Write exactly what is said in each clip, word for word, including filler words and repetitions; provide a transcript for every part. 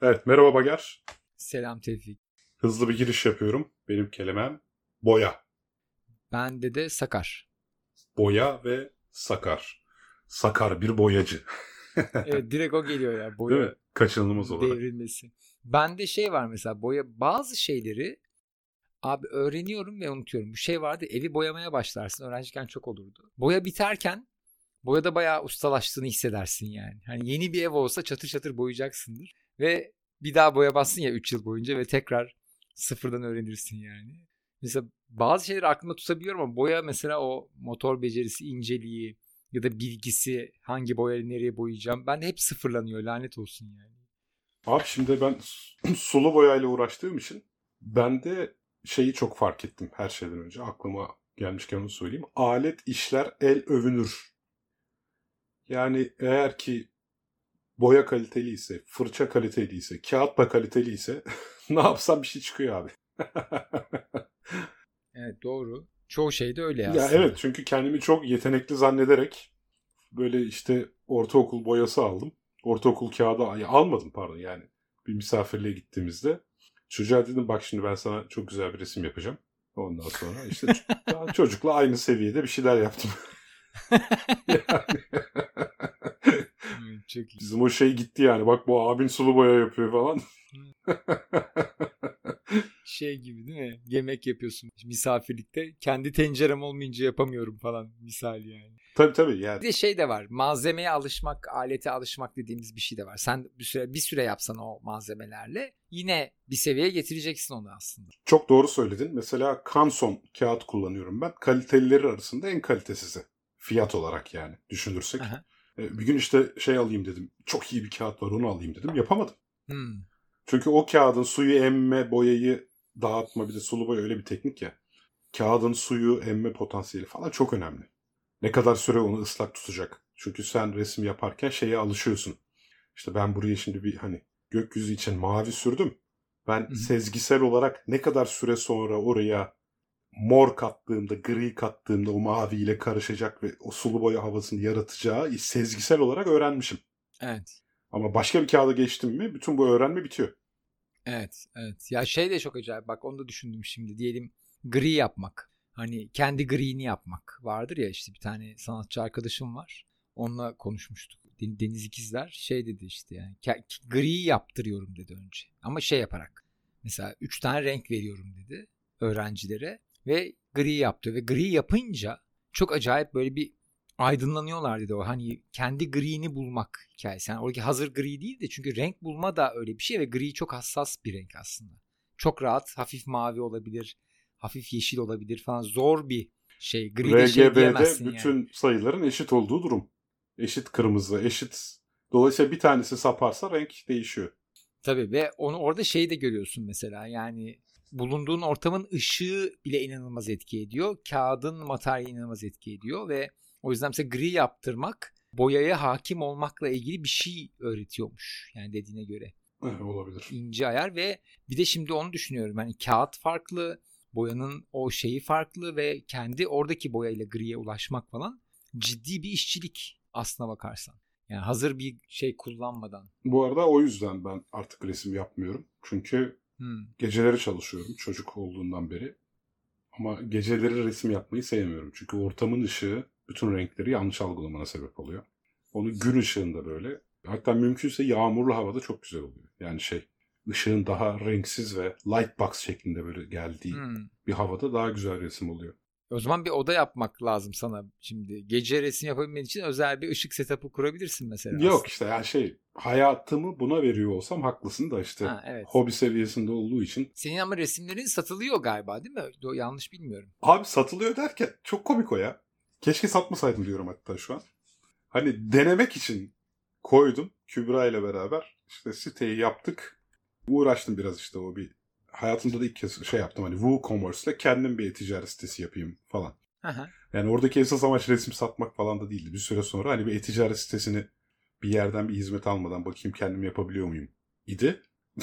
Evet, merhaba Bager. Selam Tevfik. Hızlı bir giriş yapıyorum. Benim kelimem boya. Bende de Sakar. Boya ve sakar. Sakar bir boyacı. Evet, direkt o geliyor ya, Değil mi? boya Kaçınılmaz olarak. devrilmesi. Bende şey var mesela, boya bazı şeyleri abi öğreniyorum ve unutuyorum. Bu şey vardı, evi boyamaya başlarsın. Öğrenciyken çok olurdu. Boya biterken boyada bayağı ustalaştığını hissedersin yani. Hani yeni bir ev olsa çatır çatır boyayacaksındır. Ve bir daha boyamazsın ya üç yıl boyunca ve tekrar sıfırdan öğrenirsin yani. Mesela bazı şeyleri aklımda tutabiliyorum ama boya mesela o motor becerisi, inceliği ya da bilgisi, hangi boyayı nereye boyayacağım. Ben de hep sıfırlanıyor, lanet olsun yani. Abi şimdi ben sulu boyayla uğraştığım için ben de şeyi çok fark ettim her şeyden önce. Aklıma gelmişken onu söyleyeyim. Alet işler el övünür. Yani eğer ki boya kaliteliyse, fırça kaliteliyse, kağıt da kaliteliyse ne yapsam bir şey çıkıyor abi. Evet, doğru. Çoğu şey de öyle Ya evet, aslında. çünkü kendimi çok yetenekli zannederek böyle işte ortaokul boyası aldım. Ortaokul kağıdı ya almadım pardon yani. Bir misafirliğe gittiğimizde çocuğa dedim bak şimdi ben sana çok güzel bir resim yapacağım. Ondan sonra işte daha çocukla aynı seviyede bir şeyler yaptım. Yani Evet, çok iyi. bizim o şey gitti yani. Bak bu abin sulu boya yapıyor falan. Şey gibi değil mi? Yemek yapıyorsun misafirlikte. Kendi tencerem olmayınca yapamıyorum falan misal yani. Tabii tabii yani. Bir de şey de var. Malzemeye alışmak, alete alışmak dediğimiz bir şey de var. Sen bir süre bir süre yapsan o malzemelerle yine bir seviyeye getireceksin onu aslında. Çok doğru söyledin. Mesela Canson kağıt kullanıyorum ben. Kalitelileri arasında en kalitesizi. Fiyat olarak yani düşünürsek. Aha. E, Bir gün işte şey alayım dedim. Çok iyi bir kağıt var onu alayım dedim. Yapamadım. Hmm. Çünkü o kağıdın suyu emme, boyayı dağıtma bir de sulu boya öyle bir teknik ya. Kağıdın suyu emme potansiyeli falan çok önemli. Ne kadar süre onu ıslak tutacak. Çünkü sen resim yaparken şeye alışıyorsun. İşte ben buraya şimdi bir hani gökyüzü için mavi sürdüm. Ben Hı hı. sezgisel olarak ne kadar süre sonra oraya mor kattığımda, gri kattığımda o maviyle karışacak ve o sulu boya havasını yaratacağı sezgisel olarak öğrenmişim. Evet. Ama başka bir kağıda geçtim mi bütün bu öğrenme bitiyor. Evet. Evet. Ya şey de çok acayip. Bak onu da düşündüm şimdi. Diyelim gri yapmak. Hani kendi gri'ni yapmak. Vardır ya işte bir tane sanatçı arkadaşım var. Onunla konuşmuştuk. Deniz İkizler şey dedi işte yani. Gri yaptırıyorum dedi önce. Ama şey yaparak. Mesela üç tane renk veriyorum dedi öğrencilere. Ve gri yaptı. Ve gri yapınca çok acayip böyle bir aydınlanıyorlar dedi o. Hani kendi gri'ni bulmak hikayesi. Yani oradaki hazır gri değil de çünkü renk bulma da öyle bir şey ve gri çok hassas bir renk aslında. Çok rahat hafif mavi olabilir, hafif yeşil olabilir falan zor bir şey. Gri de şey R G B'de diyemezsin yani. bütün sayıların eşit olduğu durum. Eşit kırmızı, eşit. Dolayısıyla bir tanesi saparsa renk değişiyor. Tabii ve onu orada şeyi de görüyorsun mesela yani bulunduğun ortamın ışığı bile inanılmaz etki ediyor. Kağıdın materyali inanılmaz etki ediyor ve o yüzden mesela gri yaptırmak boyaya hakim olmakla ilgili bir şey öğretiyormuş. Yani dediğine göre. Eh, olabilir. İnce ayar ve bir de şimdi onu düşünüyorum. Hani kağıt farklı, boyanın o şeyi farklı ve kendi oradaki boyayla griye ulaşmak falan ciddi bir işçilik aslına bakarsan. Yani hazır bir şey kullanmadan. Bu arada o yüzden ben artık resim yapmıyorum. Çünkü Hmm. geceleri çalışıyorum çocuk olduğundan beri. Ama geceleri resim yapmayı sevmiyorum. Çünkü ortamın ışığı bütün renkleri yanlış algılamana sebep oluyor. Onu gün ışığında böyle. Hatta mümkünse yağmurlu havada çok güzel oluyor. Yani şey ışığın daha renksiz ve light box şeklinde böyle geldiği Hmm. bir havada daha güzel resim oluyor. O zaman bir oda yapmak lazım sana şimdi. Gece resim yapabilmen için özel bir ışık setup'ı kurabilirsin mesela Yok aslında. işte yani şey hayatımı buna veriyor olsam haklısın da işte Ha, evet. hobi seviyesinde olduğu için. Senin ama resimlerin satılıyor galiba değil mi? Do- Yanlış bilmiyorum. Abi satılıyor derken çok komik o ya. Keşke satmasaydım diyorum hatta şu an. Hani denemek için koydum Kübra ile beraber. İşte siteyi yaptık. Uğraştım biraz işte o bir. Hayatımda da ilk kez şey yaptım hani WooCommerce ile kendim bir e-ticaret sitesi yapayım falan. Aha. Yani oradaki esas amaç resim satmak falan da değildi. Bir süre sonra hani bir e-ticaret sitesini bir yerden bir hizmet almadan bakayım kendim yapabiliyor muyum idi.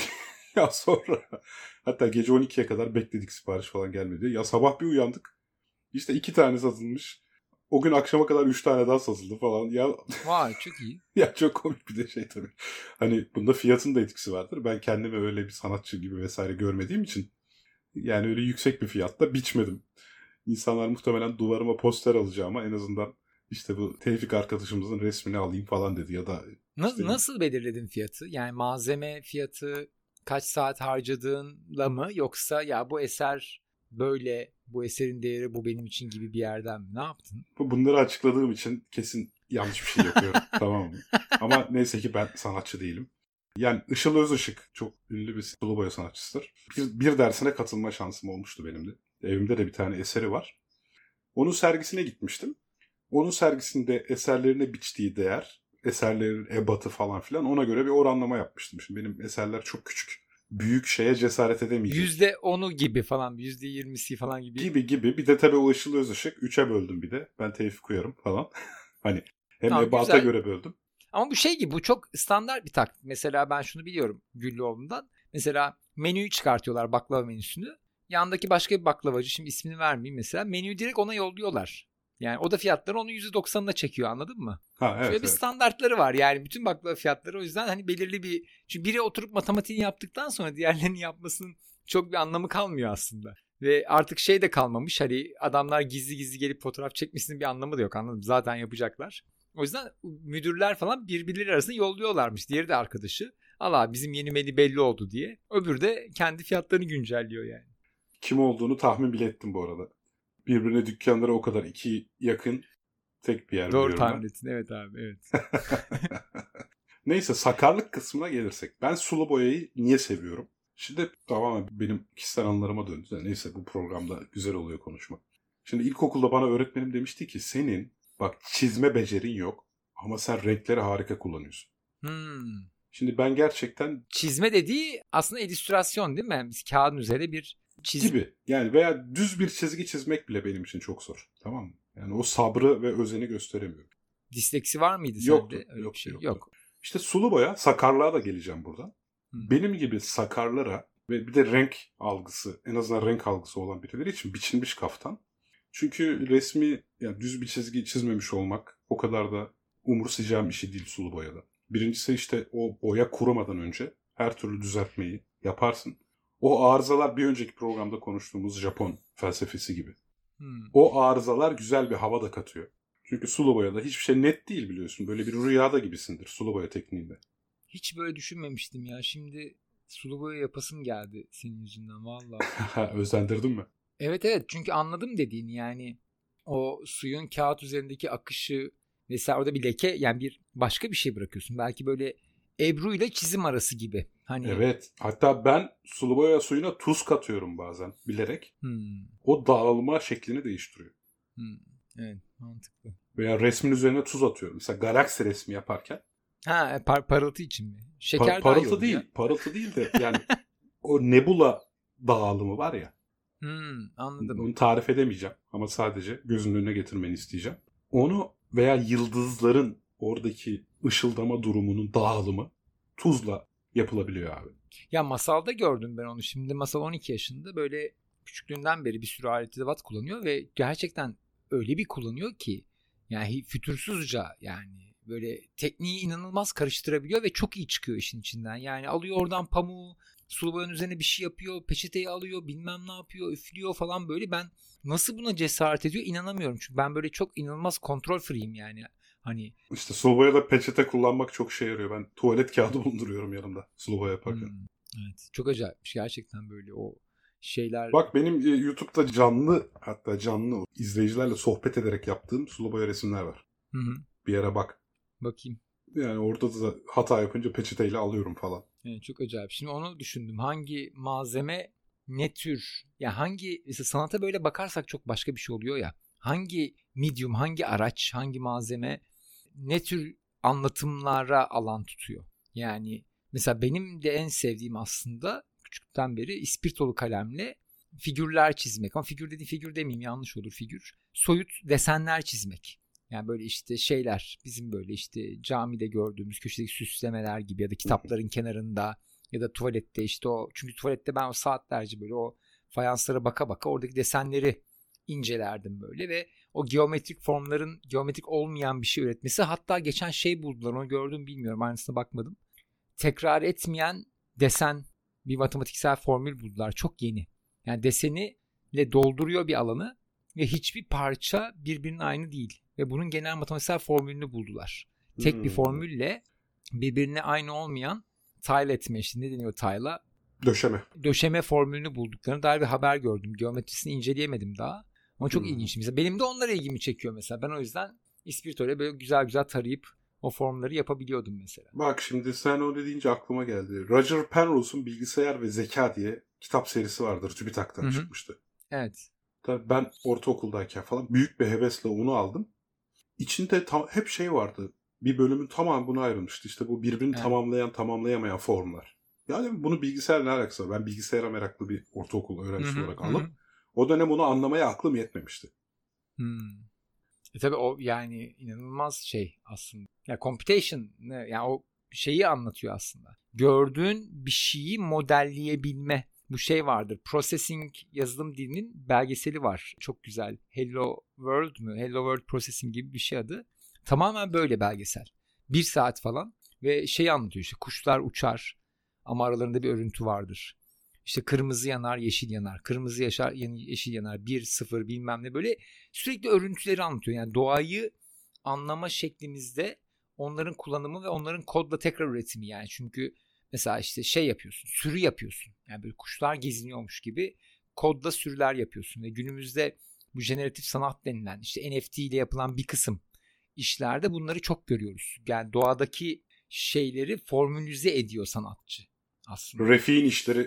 Ya sonra hatta gece on ikiye kadar bekledik sipariş falan gelmedi. Ya sabah bir uyandık. İşte iki tane satılmış. O gün akşama kadar üç tane daha satıldı falan. Ya Vay çok iyi. ya çok komik bir de şey tabii. Hani bunda fiyatın da etkisi vardır. Ben kendimi öyle bir sanatçı gibi vesaire görmediğim için yani öyle yüksek bir fiyatta biçmedim. İnsanlar muhtemelen duvarıma poster alacağıma en azından işte bu Tevfik arkadaşımızın resmini alayım falan dedi ya da Nasıl, işte, nasıl belirledin fiyatı? Yani malzeme fiyatı kaç saat harcadığınla mı yoksa ya bu eser böyle, bu eserin değeri bu benim için gibi bir yerden mi? Ne yaptın? bunları açıkladığım için kesin yanlış bir şey yapıyorum. Tamam mı? Ama neyse ki ben sanatçı değilim. Yani Işıl Özışık çok ünlü bir sulu boya sanatçısıdır. Bir, bir dersine katılma şansım olmuştu benim de. Evimde de bir tane eseri var. Onun sergisine gitmiştim. Onun sergisinde eserlerine biçtiği değer, eserlerin ebatı falan filan ona göre bir oranlama yapmıştım. Şimdi benim eserler çok küçük. Büyük şeye cesaret edemeyecek. yüzde onu gibi falan, yüzde yirmisi falan gibi. Gibi gibi. Bir de tabii o Işıl Özışık. Üçe böldüm bir de. Ben Tevfik Uyarım falan. Hani hem Tamam, ebata güzel. göre böldüm. Ama bu şey gibi, bu çok standart bir taktik. Mesela ben şunu biliyorum Güllüoğlu'ndan. Mesela menüyü çıkartıyorlar, baklava menüsünü. Yandaki başka bir baklavacı, şimdi ismini vermeyeyim mesela, menüyü direkt ona yolluyorlar. Yani o da fiyatları onun yüzde doksanına çekiyor, anladın mı? Ha evet, Şöyle bir evet. standartları var yani bütün baklava fiyatları, o yüzden hani belirli bir, çünkü biri oturup matematiğini yaptıktan sonra diğerlerini yapmasının çok bir anlamı kalmıyor aslında. Ve artık şey de kalmamış, hani adamlar gizli gizli gelip fotoğraf çekmesinin bir anlamı da yok, anladın mı? Zaten yapacaklar. O yüzden müdürler falan birbirleri arasında yolluyorlarmış. Diğeri de arkadaşı. Allah bizim yeni menü belli oldu diye. Öbürü de kendi fiyatlarını güncelliyor yani. Kim olduğunu tahmin bile ettim bu arada. Birbirine dükkanlara o kadar iki yakın tek bir yer Doğru biliyorum tahmin ben. ettin. Evet abi, evet. Neyse sakarlık kısmına gelirsek. Ben sulu boyayı niye seviyorum? Şimdi tamamen benim kişisel anılarıma döndü. Neyse bu programda güzel oluyor konuşmak. Şimdi ilkokulda bana öğretmenim demişti ki senin bak çizme becerin yok ama sen renkleri harika kullanıyorsun. Hmm. Şimdi ben gerçekten Çizme dediği aslında illüstrasyon değil mi? Biz kağıdın üzerine bir çizim. gibi yani veya düz bir çizgi çizmek bile benim için çok zor. Tamam mı? Yani o sabrı ve özeni gösteremiyorum. Disleksi var mıydı Yoktu, sende? Öyle yoktu, bir şey yoktu. yok. İşte sulu boya, sakarlığa da geleceğim buradan. Hmm. Benim gibi sakarlara ve bir de renk algısı, en azından renk algısı olan birileri için biçilmiş kaftan. Çünkü resmi, yani düz bir çizgi çizmemiş olmak o kadar da umursayacağım işi değil sulu boyada. Birincisi işte o boya kurumadan önce her türlü düzeltmeyi yaparsın. O arızalar bir önceki programda konuştuğumuz Japon felsefesi gibi. Hmm. O arızalar güzel bir hava da katıyor. Çünkü sulu boyada hiçbir şey net değil biliyorsun. Böyle bir rüyada gibisindir sulu boya tekniğinde. Hiç böyle düşünmemiştim ya. Şimdi sulu boya yapasım geldi senin yüzünden vallahi. Özendirdin mi? Evet evet, çünkü anladım dediğini, yani o suyun kağıt üzerindeki akışı vesaire, orada bir leke, yani bir başka bir şey bırakıyorsun. Belki böyle Ebru ile çizim arası gibi. Hani Evet. Hatta ben sulu boya suyuna tuz katıyorum bazen bilerek. hmm, O dağılma şeklini değiştiriyor. hmm, evet mantıklı. Veya resmin üzerine tuz atıyorum. Mesela galaksi resmi yaparken. Ha par- parıltı için mi? Şeker Par- daha iyi parıltı olur değil. ya. Parıltı değil de yani o nebula dağılımı var ya. Hmm, anladım. Onu tarif edemeyeceğim. Ama sadece gözünün önüne getirmeni isteyeceğim. Onu veya yıldızların oradaki ışıldama durumunun dağılımı tuzla yapılabiliyor abi. Ya Masal'da gördüm ben onu. Şimdi Masal on iki yaşında, böyle küçüklüğünden beri bir sürü aleti edevat kullanıyor ve gerçekten öyle bir kullanıyor ki yani fütursuzca, yani böyle tekniği inanılmaz karıştırabiliyor ve çok iyi çıkıyor işin içinden. Yani alıyor oradan pamuğu, sulu boyanın üzerine bir şey yapıyor, peçeteyi alıyor, bilmem ne yapıyor, üflüyor falan böyle. Ben nasıl buna cesaret ediyor inanamıyorum. Çünkü ben böyle çok inanılmaz kontrol free'yim yani. Hani İşte sulu boyada peçete kullanmak çok işe yarıyor. Ben tuvalet kağıdı bulunduruyorum yanımda sulu boya yaparken. hmm, evet, çok acayipmiş gerçekten böyle o şeyler. Bak benim e, YouTube'da canlı hatta canlı izleyicilerle sohbet ederek yaptığım sulu boya resimler var. Hı hı. Bir yere bak. Bakayım. Yani orada da hata yapınca peçeteyle alıyorum falan. Yani çok acayip. Şimdi onu düşündüm. Hangi malzeme ne tür? Ya hangi, mesela sanata böyle bakarsak çok başka bir şey oluyor ya. Hangi medium, hangi araç, hangi malzeme ne tür anlatımlara alan tutuyor? Yani mesela benim de en sevdiğim aslında küçükten beri ispirtolu kalemle figürler çizmek. Ama figür dediğim, figür demeyeyim, yanlış olur figür. Soyut desenler çizmek. Yani böyle işte şeyler, bizim böyle işte camide gördüğümüz köşedeki süslemeler gibi ya da kitapların kenarında ya da tuvalette işte o, çünkü tuvalette ben o saatlerce böyle o fayanslara baka baka oradaki desenleri incelerdim böyle ve o geometrik formların geometrik olmayan bir şey üretmesi, hatta geçen şey buldular, onu gördüm bilmiyorum, aynısına bakmadım. Tekrar etmeyen desen bir matematiksel formül buldular, çok yeni. Yani deseniyle dolduruyor bir alanı ve hiçbir parça birbirinin aynı değil ve bunun genel matematiksel formülünü buldular. Tek hmm. bir formülle birbirine aynı olmayan tile etme, işte ne deniyor tile'a? Döşeme. Döşeme formülünü bulduklarını dair bir haber gördüm. Geometrisini inceleyemedim daha. Ama çok hmm. ilginç. Mesela benim de onlar ilgimi çekiyor mesela. Ben o yüzden İspirito'yla böyle güzel güzel tarayıp o formları yapabiliyordum mesela. Bak şimdi sen öyle deyince aklıma geldi. Roger Penrose'un Bilgisayar ve Zeka diye kitap serisi vardır. TÜBİTAK'tan Hı-hı. çıkmıştı. Evet. Tabii ben ortaokuldayken falan büyük bir hevesle onu aldım. İçinde tam, hep şey vardı. Bir bölümün tamamı buna ayrılmıştı. İşte bu birbirini evet. tamamlayan, tamamlayamayan formlar. Yani bunu bilgisayarla alakası var. Ben bilgisayara meraklı bir ortaokul öğrencisi Hı-hı. olarak aldım. Hı-hı. O dönem onu anlamaya aklım yetmemişti. Hmm. E tabii o yani inanılmaz şey aslında. Ya computation, yani o şeyi anlatıyor aslında. Gördüğün bir şeyi modelleyebilme. Bu şey vardır. Processing yazılım dilinin belgeseli var. Çok güzel. Hello World mü? Hello World Processing gibi bir şey adı. Tamamen böyle belgesel. Bir saat falan ve şey anlatıyor işte, kuşlar uçar ama aralarında bir örüntü vardır. İşte kırmızı yanar, yeşil yanar. Kırmızı yaşar, yeşil yanar. Bir, sıfır bilmem ne, böyle sürekli örüntüleri anlatıyor. Yani doğayı anlama şeklimizde onların kullanımı ve onların kodla tekrar üretimi yani. Çünkü mesela işte şey yapıyorsun, sürü yapıyorsun. Yani böyle kuşlar geziniyormuş gibi kodla sürüler yapıyorsun. Ve günümüzde bu jeneratif sanat denilen işte N F T ile yapılan bir kısım işlerde bunları çok görüyoruz. Yani doğadaki şeyleri formülize ediyor sanatçı aslında. Refik'in işleri...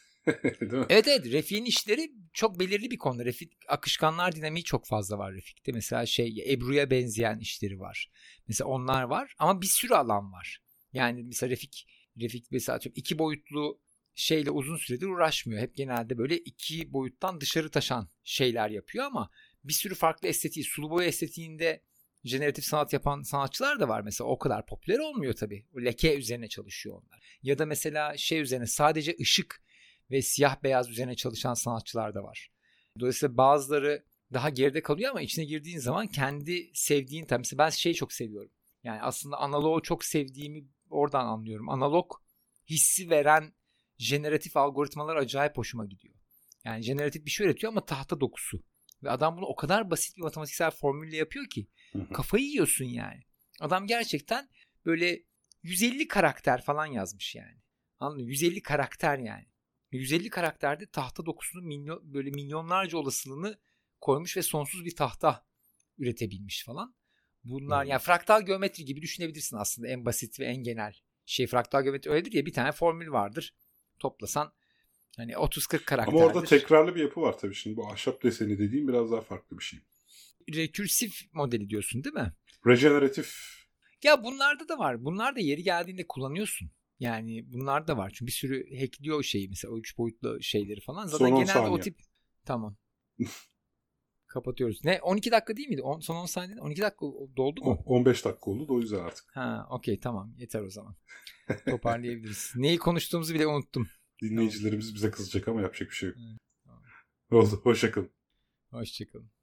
Değil mi? Evet evet, Refik'in işleri çok belirli bir konu. Refik, akışkanlar dinamiği çok fazla var Refik'te. Mesela şey, Ebru'ya benzeyen işleri var. Mesela onlar var ama bir sürü alan var. Yani mesela Refik, Refik mesela iki boyutlu şeyle uzun süredir uğraşmıyor. Hep genelde böyle iki boyuttan dışarı taşan şeyler yapıyor ama bir sürü farklı estetiği, sulu boya estetiğinde jeneratif sanat yapan sanatçılar da var. Mesela o kadar popüler olmuyor tabii. O leke üzerine çalışıyor onlar. Ya da mesela şey üzerine sadece ışık ve siyah beyaz üzerine çalışan sanatçılar da var. Dolayısıyla bazıları daha geride kalıyor ama içine girdiğin zaman kendi sevdiğin, tabii mesela ben şeyi çok seviyorum. Yani aslında analogu çok sevdiğimi oradan anlıyorum. Analog hissi veren jeneratif algoritmalar acayip hoşuma gidiyor. Yani jeneratif bir şey üretiyor ama tahta dokusu. Ve adam bunu o kadar basit bir matematiksel formülle yapıyor ki kafayı yiyorsun yani. Adam gerçekten böyle yüz elli karakter falan yazmış yani. Anladın mı? yüz elli karakter yani. yüz elli karakterde tahta dokusunun milyon, böyle milyonlarca olasılığını koymuş ve sonsuz bir tahta üretebilmiş falan. Bunlar hmm. yani fraktal geometri gibi düşünebilirsin aslında, en basit ve en genel şey. Fraktal geometri öyledir ya, bir tane formül vardır. Toplasan hani otuz kırk karakterdir. Ama orada tekrarlı bir yapı var tabii. Şimdi bu ahşap deseni dediğim biraz daha farklı bir şey. Rekürsif modeli diyorsun değil mi? Rejeneratif. Ya bunlarda da var. Bunlar da yeri geldiğinde kullanıyorsun. Yani bunlar da var. Çünkü bir sürü hackliyor o şeyi mesela, o üç boyutlu şeyleri falan. Zaten genelde saniye. O tip. Tamam. Kapatıyoruz. Ne? on iki dakika değil miydi? On, son on saniye. on iki dakika doldu mu? on beş dakika oldu da o yüzden artık. Ha, okey, tamam. Yeter o zaman. Toparlayabiliriz. Neyi konuştuğumuzu bile unuttum. Dinleyicilerimiz tamam. bize kızacak ama yapacak bir şey yok. Evet, tamam. Oldu. Hoşça kalın. Hoşça kalın.